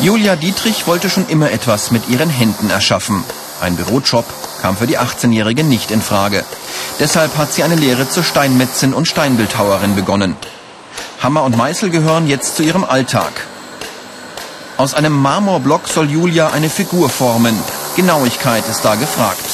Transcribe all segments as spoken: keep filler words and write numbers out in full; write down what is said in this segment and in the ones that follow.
Julia Dietrich wollte schon immer etwas mit ihren Händen erschaffen. Ein Bürojob kam für die achtzehnjährige nicht in Frage. Deshalb hat sie eine Lehre zur Steinmetzin und Steinbildhauerin begonnen. Hammer und Meißel gehören jetzt zu ihrem Alltag. Aus einem Marmorblock soll Julia eine Figur formen. Genauigkeit ist da gefragt.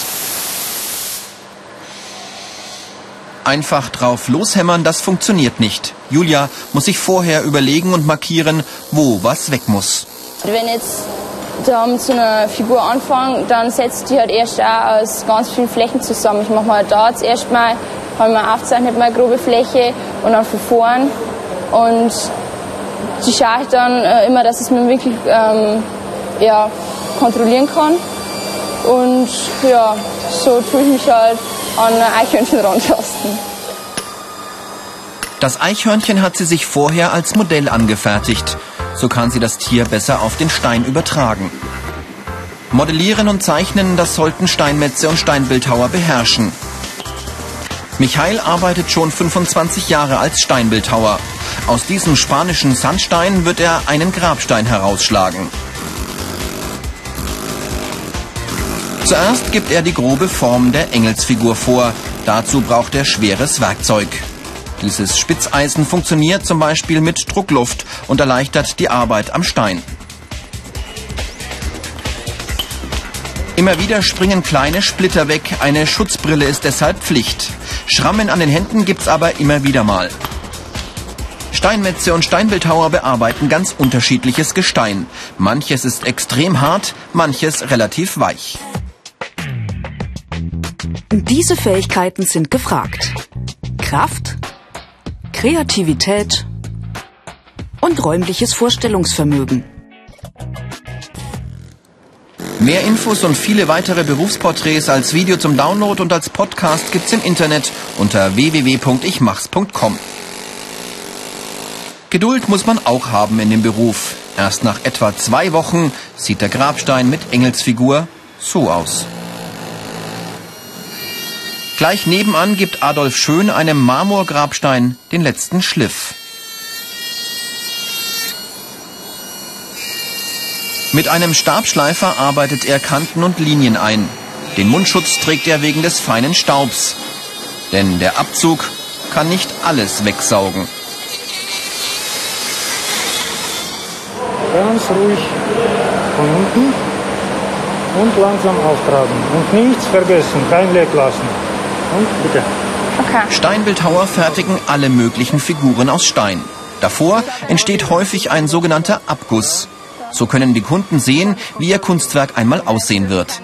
Einfach drauf loshämmern, das funktioniert nicht. Julia muss sich vorher überlegen und markieren, wo was weg muss. Wenn jetzt da mit so einer Figur anfangen, dann setzt die halt erst auch aus ganz vielen Flächen zusammen. Ich mache mal da jetzt erstmal, habe mal aufgezeichnet, mal eine grobe Fläche und dann von vorn. Und die schaue ich dann äh, immer, dass ich es mir wirklich ähm, ja, kontrollieren kann. Und ja, so tue ich mich halt an ein Eichhörnchen rantasten. Das Eichhörnchen hat sie sich vorher als Modell angefertigt. So kann sie das Tier besser auf den Stein übertragen. Modellieren und Zeichnen, das sollten Steinmetze und Steinbildhauer beherrschen. Michael arbeitet schon fünfundzwanzig Jahre als Steinbildhauer. Aus diesem spanischen Sandstein wird er einen Grabstein herausschlagen. Zuerst gibt er die grobe Form der Engelsfigur vor. Dazu braucht er schweres Werkzeug. Dieses Spitzeisen funktioniert zum Beispiel mit Druckluft und erleichtert die Arbeit am Stein. Immer wieder springen kleine Splitter weg, eine Schutzbrille ist deshalb Pflicht. Schrammen an den Händen gibt's aber immer wieder mal. Steinmetze und Steinbildhauer bearbeiten ganz unterschiedliches Gestein. Manches ist extrem hart, manches relativ weich. Diese Fähigkeiten sind gefragt. Kraft, Kreativität und räumliches Vorstellungsvermögen. Mehr Infos und viele weitere Berufsporträts als Video zum Download und als Podcast gibt's im Internet unter w w w punkt ich machs punkt com. Geduld muss man auch haben in dem Beruf. Erst nach etwa zwei Wochen sieht der Grabstein mit Engelsfigur so aus. Gleich nebenan gibt Adolf Schön einem Marmorgrabstein den letzten Schliff. Mit einem Stabschleifer arbeitet er Kanten und Linien ein. Den Mundschutz trägt er wegen des feinen Staubs. Denn der Abzug kann nicht alles wegsaugen. Ganz ruhig von unten und langsam auftragen. Und nichts vergessen, kein Leck lassen. Und bitte. Okay. Steinbildhauer fertigen alle möglichen Figuren aus Stein. Davor entsteht häufig ein sogenannter Abguss. So können die Kunden sehen, wie ihr Kunstwerk einmal aussehen wird.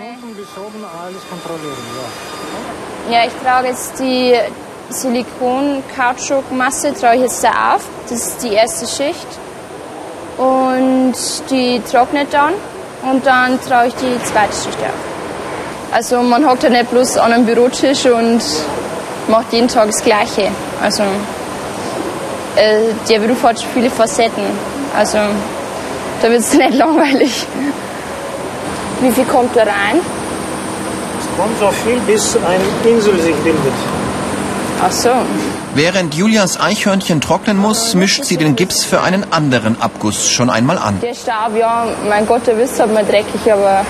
Ja, ich trage jetzt die Silikon-Kautschuk-Masse, trage ich jetzt da auf. Das ist die erste Schicht. Und die trocknet dann. Und dann trage ich die zweite Schicht auf. Also man hockt ja nicht bloß an einem Bürotisch und macht jeden Tag das Gleiche. Also äh, der Beruf hat viele Facetten. Also da wird es nicht langweilig. Wie viel kommt da rein? Es kommt so viel, bis eine Insel sich bildet. Ach so. Während Julias Eichhörnchen trocknen muss, mischt sie den Gips für einen anderen Abguss schon einmal an. Der Stab, ja, mein Gott, der ist halt mal dreckig, aber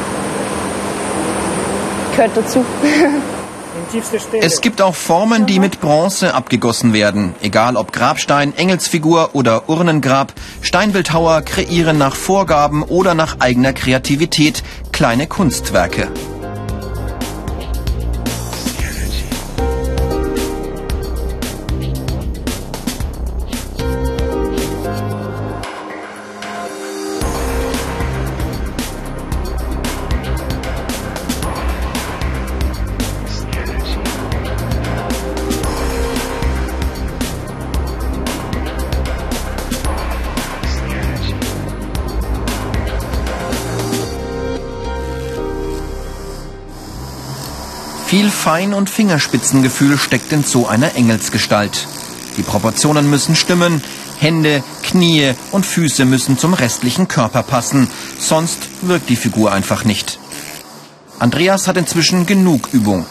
gehört dazu. Es gibt auch Formen, die mit Bronze abgegossen werden. Egal ob Grabstein, Engelsfigur oder Urnengrab, Steinbildhauer kreieren nach Vorgaben oder nach eigener Kreativität kleine Kunstwerke. Viel Fein- und Fingerspitzengefühl steckt in so einer Engelsgestalt. Die Proportionen müssen stimmen, Hände, Knie und Füße müssen zum restlichen Körper passen, sonst wirkt die Figur einfach nicht. Andreas hat inzwischen genug Übung.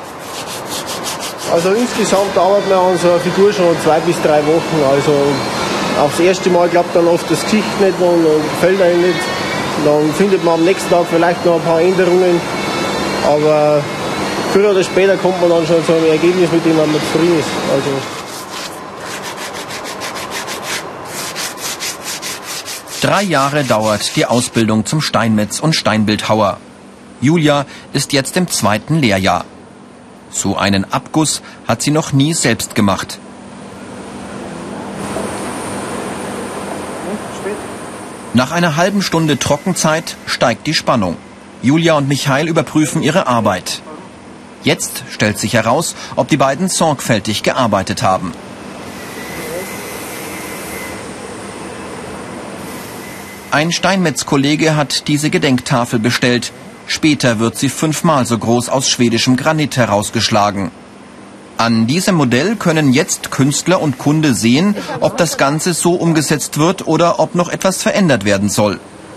Also insgesamt dauert man an so einer Figur schon zwei bis drei Wochen. Also aufs erste Mal klappt dann oft das Gesicht nicht und fällt einem nicht. Dann findet man am nächsten Tag vielleicht noch ein paar Änderungen. Aber früher oder später kommt man dann schon zu einem Ergebnis, mit dem man zufrieden ist. Also Drei Jahre dauert die Ausbildung zum Steinmetz und Steinbildhauer. Julia ist jetzt im zweiten Lehrjahr. So einen Abguss hat sie noch nie selbst gemacht. Nach einer halben Stunde Trockenzeit steigt die Spannung. Julia und Michael überprüfen ihre Arbeit. Jetzt stellt sich heraus, ob die beiden sorgfältig gearbeitet haben. Ein Steinmetz-Kollege hat diese Gedenktafel bestellt. Später wird sie fünfmal so groß aus schwedischem Granit herausgeschlagen. An diesem Modell können jetzt Künstler und Kunde sehen, ob das Ganze so umgesetzt wird oder ob noch etwas verändert werden soll.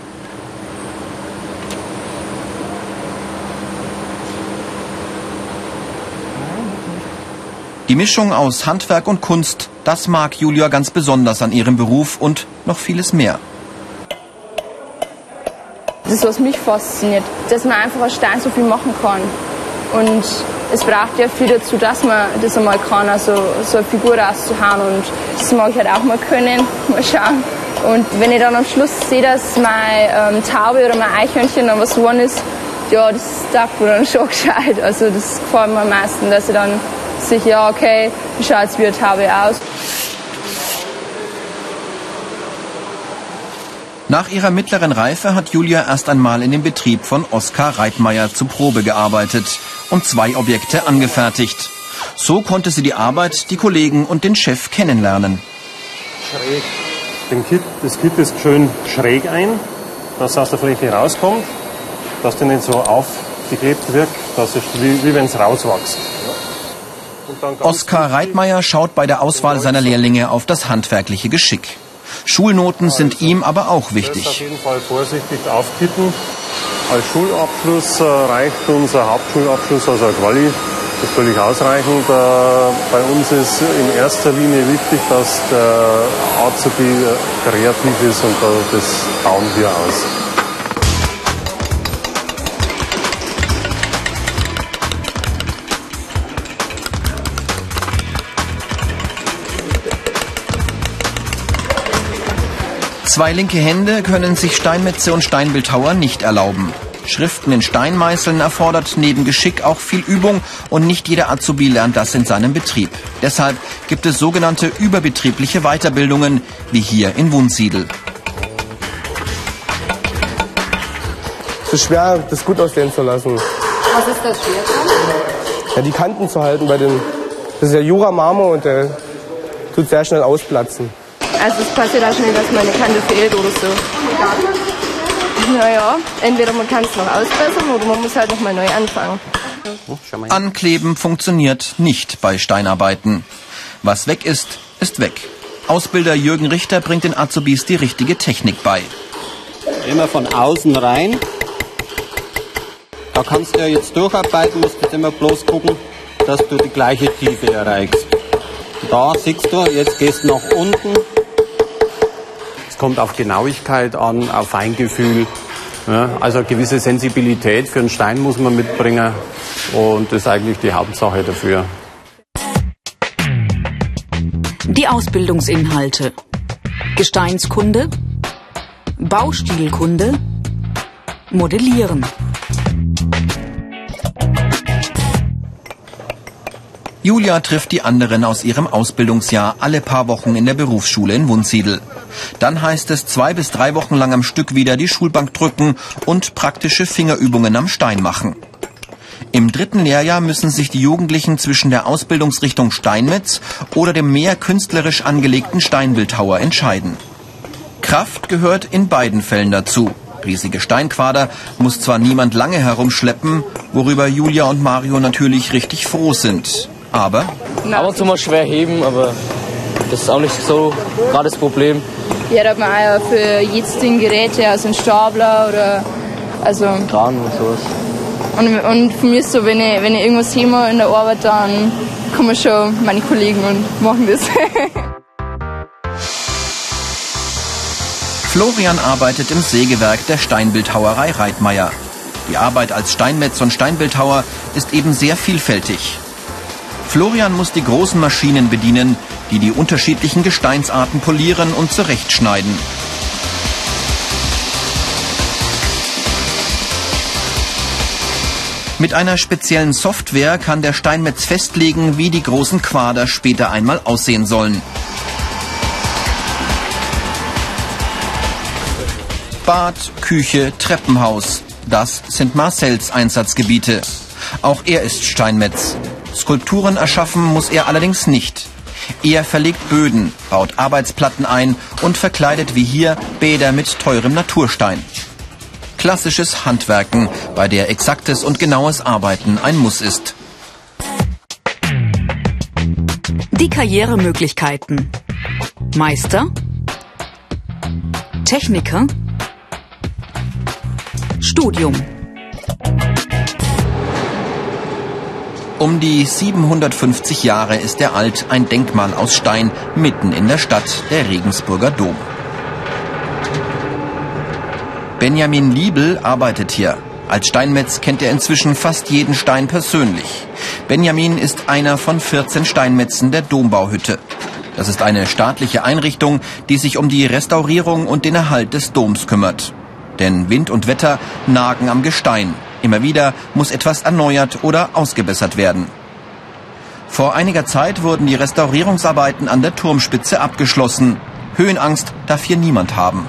Die Mischung aus Handwerk und Kunst, das mag Julia ganz besonders an ihrem Beruf und noch vieles mehr. Das ist, was mich fasziniert, dass man einfach aus Stein so viel machen kann. Und es braucht ja viel dazu, dass man das einmal kann, also so eine Figur rauszuhauen. Und das mag ich halt auch mal können, mal schauen. Und wenn ich dann am Schluss sehe, dass meine ähm, Taube oder mein Eichhörnchen dann was geworden ist, ja, das taugt mir dann schon gescheit. Also das gefällt mir am meisten, dass ich dann sehe, ja, okay, wie schaut jetzt wie eine Taube aus. Nach ihrer mittleren Reife hat Julia erst einmal in dem Betrieb von Oskar Reitmeier zur Probe gearbeitet und zwei Objekte angefertigt. So konnte sie die Arbeit, die Kollegen und den Chef kennenlernen. Schräg. Den Kit, das Kit ist schön schräg ein, dass es aus der Fläche rauskommt, dass der nicht so aufgeklebt wird, dass es wie, wie wenn es rauswächst. Oskar Reitmeier schaut bei der Auswahl seiner Lehrlinge auf das handwerkliche Geschick. Schulnoten sind ihm aber auch wichtig. Das auf jeden Fall vorsichtig aufkitten. Als Schulabschluss äh, reicht unser Hauptschulabschluss, also ein Quali, das ist völlig ausreichend. Äh, bei uns ist in erster Linie wichtig, dass der Azubi kreativ ist und äh, das bauen wir aus. Zwei linke Hände können sich Steinmetze und Steinbildhauer nicht erlauben. Schriften in Stein meißeln erfordert neben Geschick auch viel Übung und nicht jeder Azubi lernt das in seinem Betrieb. Deshalb gibt es sogenannte überbetriebliche Weiterbildungen, wie hier in Wunsiedel. Es ist schwer, das gut aussehen zu lassen. Was ist das schwer? Ja, die Kanten zu halten bei dem. Das ist ja Jura-Marmor und der tut sehr schnell ausplatzen. Also es passiert auch schnell, dass meine Kante fehlt oder so. Naja, entweder man kann es noch ausbessern oder man muss halt noch mal neu anfangen. Ankleben funktioniert nicht bei Steinarbeiten. Was weg ist, ist weg. Ausbilder Jürgen Richter bringt den Azubis die richtige Technik bei. Immer von außen rein. Da kannst du ja jetzt durcharbeiten, musst jetzt immer bloß gucken, dass du die gleiche Tiefe erreichst. Da siehst du, jetzt gehst du nach unten. Es kommt auf Genauigkeit an, auf Feingefühl. Ja, also eine gewisse Sensibilität für einen Stein muss man mitbringen. Und das ist eigentlich die Hauptsache dafür. Die Ausbildungsinhalte: Gesteinskunde, Baustilkunde, Modellieren. Julia trifft die anderen aus ihrem Ausbildungsjahr alle paar Wochen in der Berufsschule in Wunsiedel. Dann heißt es zwei bis drei Wochen lang am Stück wieder die Schulbank drücken und praktische Fingerübungen am Stein machen. Im dritten Lehrjahr müssen sich die Jugendlichen zwischen der Ausbildungsrichtung Steinmetz oder dem mehr künstlerisch angelegten Steinbildhauer entscheiden. Kraft gehört in beiden Fällen dazu. Riesige Steinquader muss zwar niemand lange herumschleppen, worüber Julia und Mario natürlich richtig froh sind. Aber ab und zu mal schwer heben, aber das ist auch nicht so gerade das Problem. Ja, da hat man auch ja für jedes Ding Geräte, also ein Stapler oder also Kran und sowas. Und, und für mich ist so, wenn ich, wenn ich irgendwas hebe in der Arbeit, dann kommen schon meine Kollegen und machen das. Florian arbeitet im Sägewerk der Steinbildhauerei Reitmeier. Die Arbeit als Steinmetz und Steinbildhauer ist eben sehr vielfältig. Florian muss die großen Maschinen bedienen, die die unterschiedlichen Gesteinsarten polieren und zurechtschneiden. Mit einer speziellen Software kann der Steinmetz festlegen, wie die großen Quader später einmal aussehen sollen. Bad, Küche, Treppenhaus, das sind Marcells Einsatzgebiete. Auch er ist Steinmetz. Skulpturen erschaffen muss er allerdings nicht. Er verlegt Böden, baut Arbeitsplatten ein und verkleidet wie hier Bäder mit teurem Naturstein. Klassisches Handwerken, bei der exaktes und genaues Arbeiten ein Muss ist. Die Karrieremöglichkeiten: Meister, Techniker, Studium. Um die siebenhundertfünfzig Jahre ist der Alt ein Denkmal aus Stein mitten in der Stadt, der Regensburger Dom. Benjamin Liebel arbeitet hier. Als Steinmetz kennt er inzwischen fast jeden Stein persönlich. Benjamin ist einer von vierzehn Steinmetzen der Dombauhütte. Das ist eine staatliche Einrichtung, die sich um die Restaurierung und den Erhalt des Doms kümmert. Denn Wind und Wetter nagen am Gestein. Immer wieder muss etwas erneuert oder ausgebessert werden. Vor einiger Zeit wurden die Restaurierungsarbeiten an der Turmspitze abgeschlossen. Höhenangst darf hier niemand haben.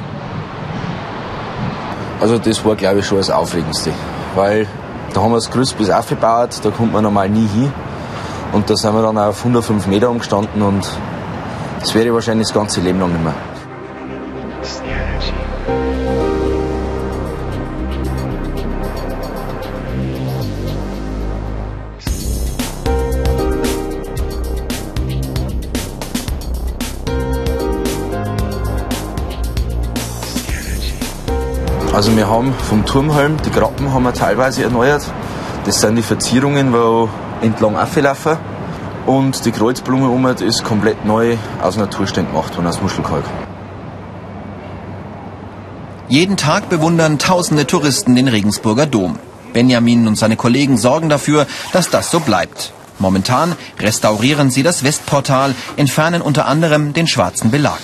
Also das war, glaube ich, schon das Aufregendste, weil da haben wir das Gerüst bis aufgebaut, da kommt man normal nie hin und da sind wir dann auf hundertfünf Meter umgestanden und das werde ich wahrscheinlich das ganze Leben lang nicht mehr. Also wir haben vom Turmhelm, die Grappen haben wir teilweise erneuert. Das sind die Verzierungen, die entlang auflaufen. Und die Kreuzblume um ist komplett neu aus Naturstein gemacht und aus Muschelkalk. Jeden Tag bewundern tausende Touristen den Regensburger Dom. Benjamin und seine Kollegen sorgen dafür, dass das so bleibt. Momentan restaurieren sie das Westportal, entfernen unter anderem den schwarzen Belag.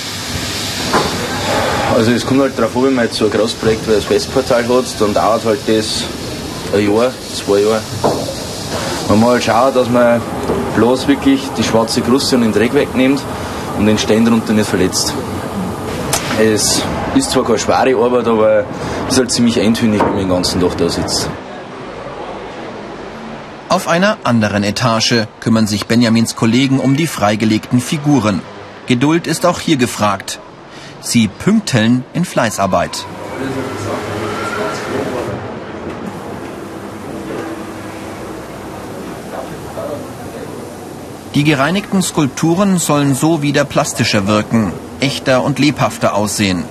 Also es kommt halt darauf an, wenn man jetzt so ein großes Projekt wie das Westportal hat, dann dauert halt das ein Jahr, zwei Jahre. Man muss halt schauen, dass man bloß wirklich die schwarze Kruste und den Dreck wegnimmt und den Stein drunter nicht verletzt. Es ist zwar keine schwere Arbeit, aber es ist halt ziemlich eintönig, wenn man den ganzen Tag da sitzt. Auf einer anderen Etage kümmern sich Benjamins Kollegen um die freigelegten Figuren. Geduld ist auch hier gefragt. Sie pünkteln in Fleißarbeit. Die gereinigten Skulpturen sollen so wieder plastischer wirken, echter und lebhafter aussehen.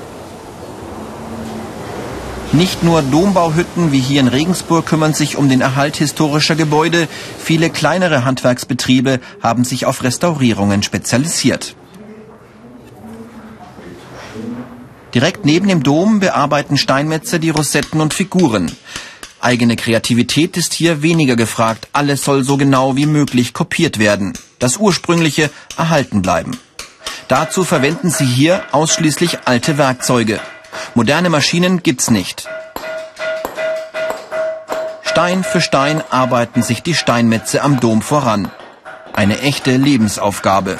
Nicht nur Dombauhütten wie hier in Regensburg kümmern sich um den Erhalt historischer Gebäude. Viele kleinere Handwerksbetriebe haben sich auf Restaurierungen spezialisiert. Direkt neben dem Dom bearbeiten Steinmetze die Rosetten und Figuren. Eigene Kreativität ist hier weniger gefragt. Alles soll so genau wie möglich kopiert werden. Das Ursprüngliche erhalten bleiben. Dazu verwenden sie hier ausschließlich alte Werkzeuge. Moderne Maschinen gibt's nicht. Stein für Stein arbeiten sich die Steinmetze am Dom voran. Eine echte Lebensaufgabe.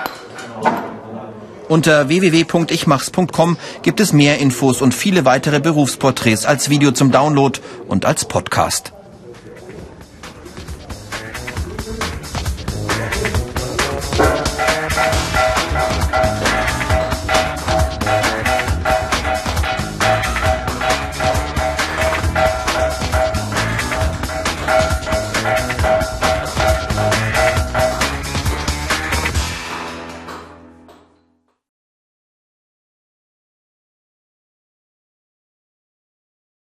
Unter w w w punkt ich machs punkt com gibt es mehr Infos und viele weitere Berufsporträts als Video zum Download und als Podcast.